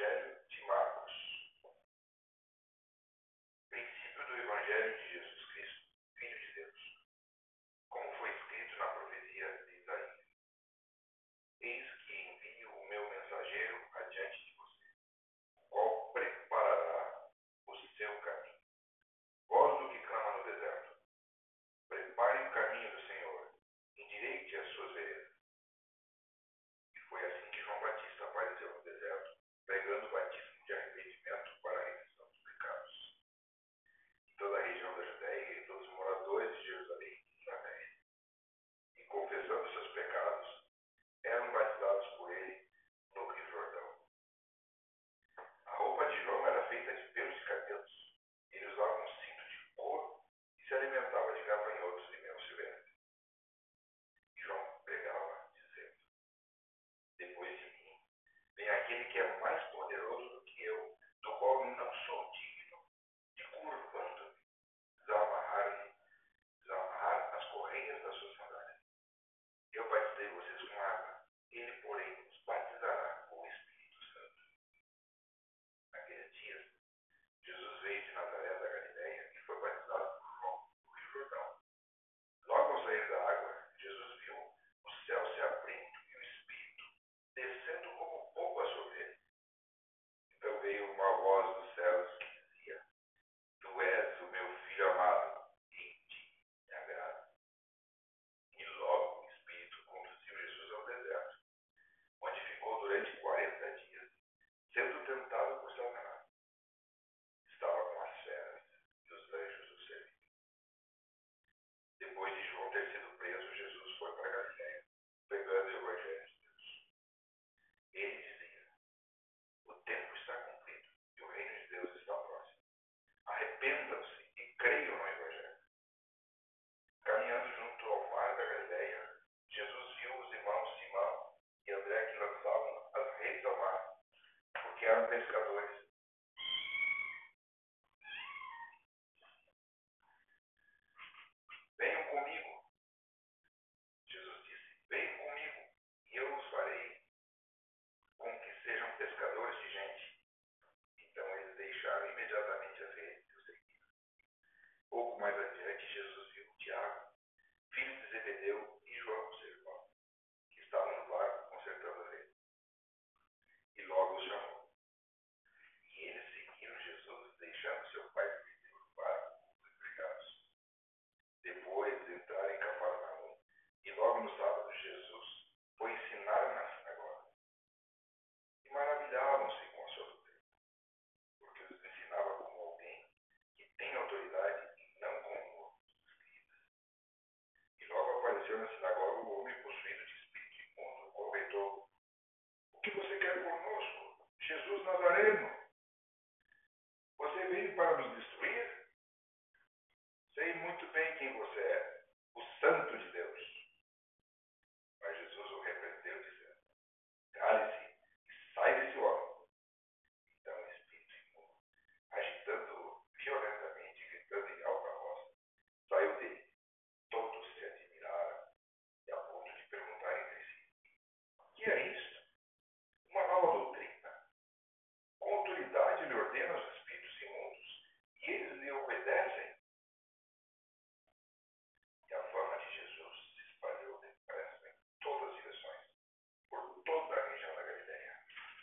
Evangelho de Marcos. Princípio do Evangelho de Jesus Cristo, Filho de Deus. Como foi escrito na profecia de Isaías: Eis que envio o meu mensageiro adiante de você, o qual preparará o seu caminho. Voz do que clama no deserto: prepare o caminho do Senhor, endireite as suas veredas. E foi assim que João Batista apareceu no deserto, pregando o batismo de arrependimento para a remissão dos pecados. Em toda a região da Judéia e todos os moradores de Jerusalém iam até ele, e confessando seus pecados, eram batizados por ele no Rio Jordão. A roupa de João era feita de pelos de camelos. Ele usava um cinto de couro e se alimentava de gafanhotos e mel silvestre. E João pregava, dizendo: Depois de mim vem aquele que é mais poderoso do que eu, do qual não sou digno de, curvando-me, desamarrar as correias das suas sandálias. Eu batizei vocês com água, ele, porém, os batizará com o Espírito Santo. Naqueles dias, Jesus veio de Nazaré da Galileia e foi batizado por João no Rio Jordão. Logo ao sair da água, Jesus viu o céu se abrindo e o Espírito descendo como pomba sobre ele. Então veio uma voz dos céus que dizia: Tu és o meu Filho amado, em ti me agrado. E logo o Espírito conduziu Jesus ao deserto, onde ficou durante 40 dias, sendo tentado por Satanás. Estava com as feras e os anjos o serviam. Depois de João ter sido preso, Jesus foi para Galileia, pregando o Evangelho de Deus. Ele dizia: O tempo está cumprido e o reino de Deus está próximo. Arrependam-se e creiam no Evangelho. Caminhando junto ao mar da Galileia, Jesus viu os irmãos Simão e André que lançavam as redes ao mar, porque eram pescadores. Venham comigo, Jesus disse, venham comigo, e eu os farei com que sejam pescadores de gente. Então eles deixaram imediatamente as redes e o seguiram. Pouco mais adiante, Jesus viu Tiago, filho de Zebedeu, e João, seu irmão, que estavam no barco consertando as redes. E logo os chamou. E eles seguiram Jesus, deixando seu pai Zebedeu no barco com os empregados. Depois entraram em Cafarnaum, e logo no sábado Jesus foi ensinar na sinagoga. E maravilhavam-se com a sua doutrina, porque os ensinava como alguém que tem autoridade e não como os escribas. E logo apareceu na sinagoga um homem possuído de espírito imundo, o qual gritou: O que você quer conosco, Jesus Nazareno? Você veio para nos destruir? Sei muito bem quem você é, o Santo de Deus. Mas Jesus o repreendeu, dizendo: Cale-se e sai desse homem. Então o espírito imundo, agitando-o violentamente e gritando em alta voz, saiu dele. Todos se admiraram e a ponto de perguntar entre si: Que é isto? Uma nova doutrina? Com autoridade ele ordena os espíritos imundos e eles lhe obedecem. E a fama de Jesus se espalhou depressa em todas as direções, por toda a região da Galileia.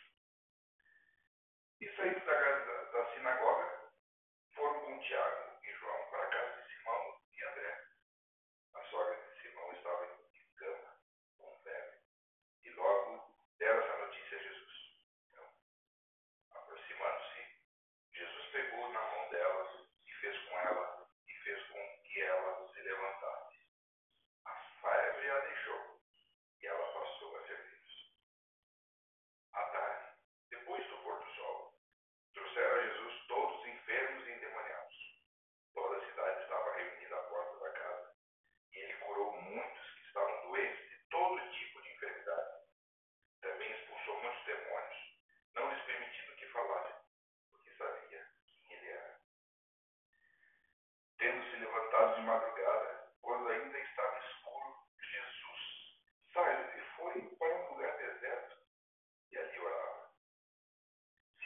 E saindo da sinagoga, foram com Tiago e João para a casa de Simão e André. A sogra de Simão estava em cama, com febre, e logo deram essa notícia a Jesus. Então, aproximando-se, Jesus pegou na mão delas e fez com que ela se levantasse. A febre a deixou e ela passou a servir-os. À tarde, depois do pôr do sol, trouxeram a Jesus todos os enfermos e endemoniados. Toda a cidade estava reunida à porta da casa, e ele curou muitos que estavam doentes de todo tipo de enfermidade. Também expulsou muitos demônios, não lhes permitindo que falassem, porque sabia quem ele era. Tendo-se levantado de madrugada, quando ainda estava escuro, Jesus saiu e foi para um lugar deserto, e ali orava.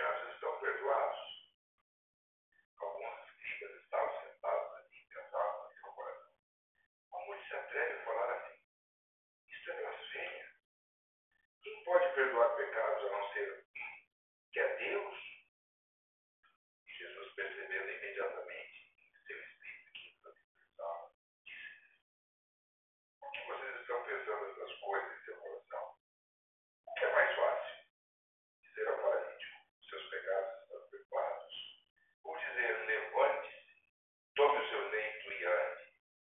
pecados estão perdoados. Alguns escribas estavam sentados ali e pensavam no seu coração: como ele se atreve a falar assim? Isto é blasfêmia. Quem pode perdoar pecados a não ser que é Deus? E Jesus, percebendo imediatamente em seu espírito que eles ali pensavam, disse: por que vocês estão pensando essas coisas em seu coração? O que é mais fácil? Dizer ao paralítico: seus pecados estão perdoados? Ou dizer: levante-se, tome o seu leito e ande?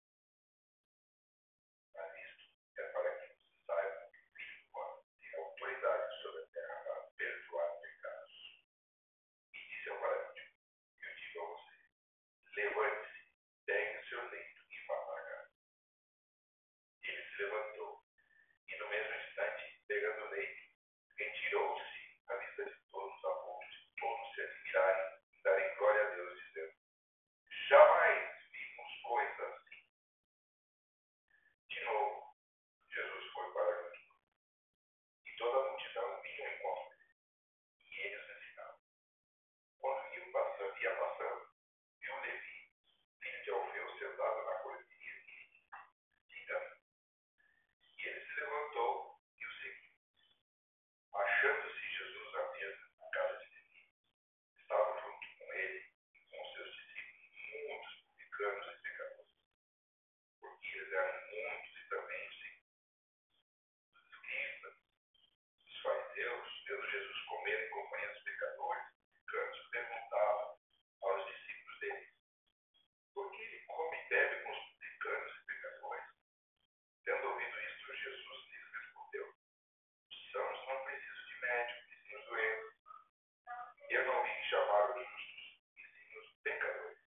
Mas isto é para que você saiba que o Filho do Homem tem autoridade sobre a terra para perdoar pecados. E disse ao paralítico: eu digo a você, levante-se, pegue o seu leito e vá para casa. Ele se levantou e, no mesmo instante, pegando o leito, retirou-se à vista de todos, a ponto de todos se admirarem e darem glória a Deus, dizendo: jamais vimos coisa assim. De novo, Jesus foi para junto e toda a multidão vinha ao encontro dele, e ele os ensinava. Quando ia passando, viu Levi, filho de Alfeu, sentado na coletoria, e lhe disse: siga-me. E ele se levantou e o seguiu. Achando-se Jesus à mesa na casa de Levi, estavam junto com ele e com os seus discípulos muitos publicanos e pecadores, porque eles eram muitos e também os escribas, os fariseus, vendo Jesus comer em companhia dos pecadores e publicanos, perguntavam aos discípulos dele: por que ele come e bebe com os publicanos e pecadores? Tendo ouvido isto, Jesus lhes respondeu: os sãos não precisam de médico, e sim os doentes. Eu não vim chamar os justos, e sim os pecadores.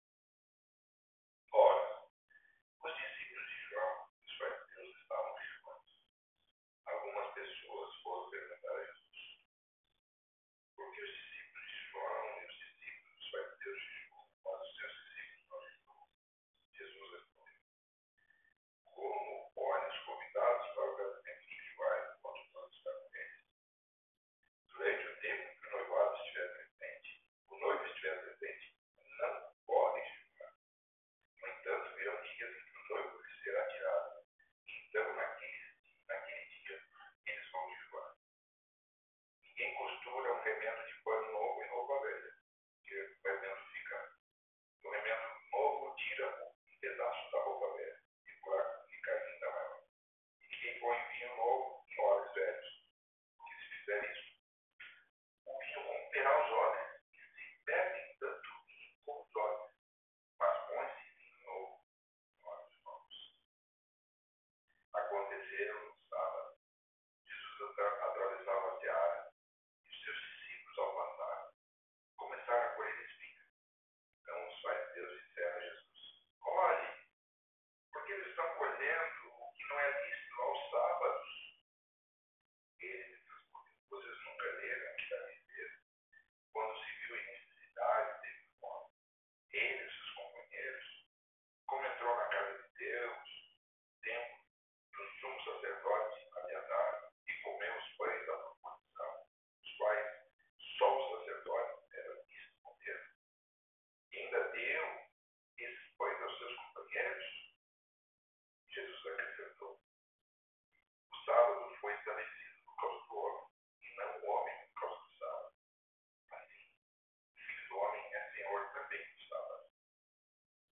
Ora, os discípulos de João e os fariseus estavam jejuando. Algumas pessoas foram perguntar a Jesus: por que os discípulos de João e os discípulos dos fariseus jejuam, mas os seus discípulos não jejuam? Jesus respondeu: como podem os convidados para o casamento jejuar enquanto o noivo está com eles? Durante o tempo que o noivo estiver presente, não podem jejuar. No entanto, virão dias em que o noivo lhes será tirado. Então, naquele dia, eles vão jejuar. Ninguém costura um remendo de pano novo em roupa velha, porque o remendo fica. O remendo novo tira um pedaço da roupa velha, e o buraco fica ainda maior. E ninguém põe vinho novo em odres velhos, porque se fizer isso, o vinho romperá os odres, e se perdem tanto o vinho como os odres. Mas põe-se vinho novo em odres novos. Aconteceram no sábado. Jesus atravessava a seara, e os seus discípulos, ao passar, começaram a colher espigas. Então os fariseus disseram a Jesus: olhe, porque eles estão colhendo o que não é lícito aos sábados. Ele lhes respondeu: vocês nunca leram que Davi fez quando se viu em necessidade e teve fome? Ele e seus companheiros, como entrou na casa de Deus, templo do sumo sacerdote Abiatar, e comeu os pães da proposição, os quais só o sacerdote era lícito comer, e ainda deu esses pães aos seus companheiros? Jesus acrescentou: o sábado foi estabelecido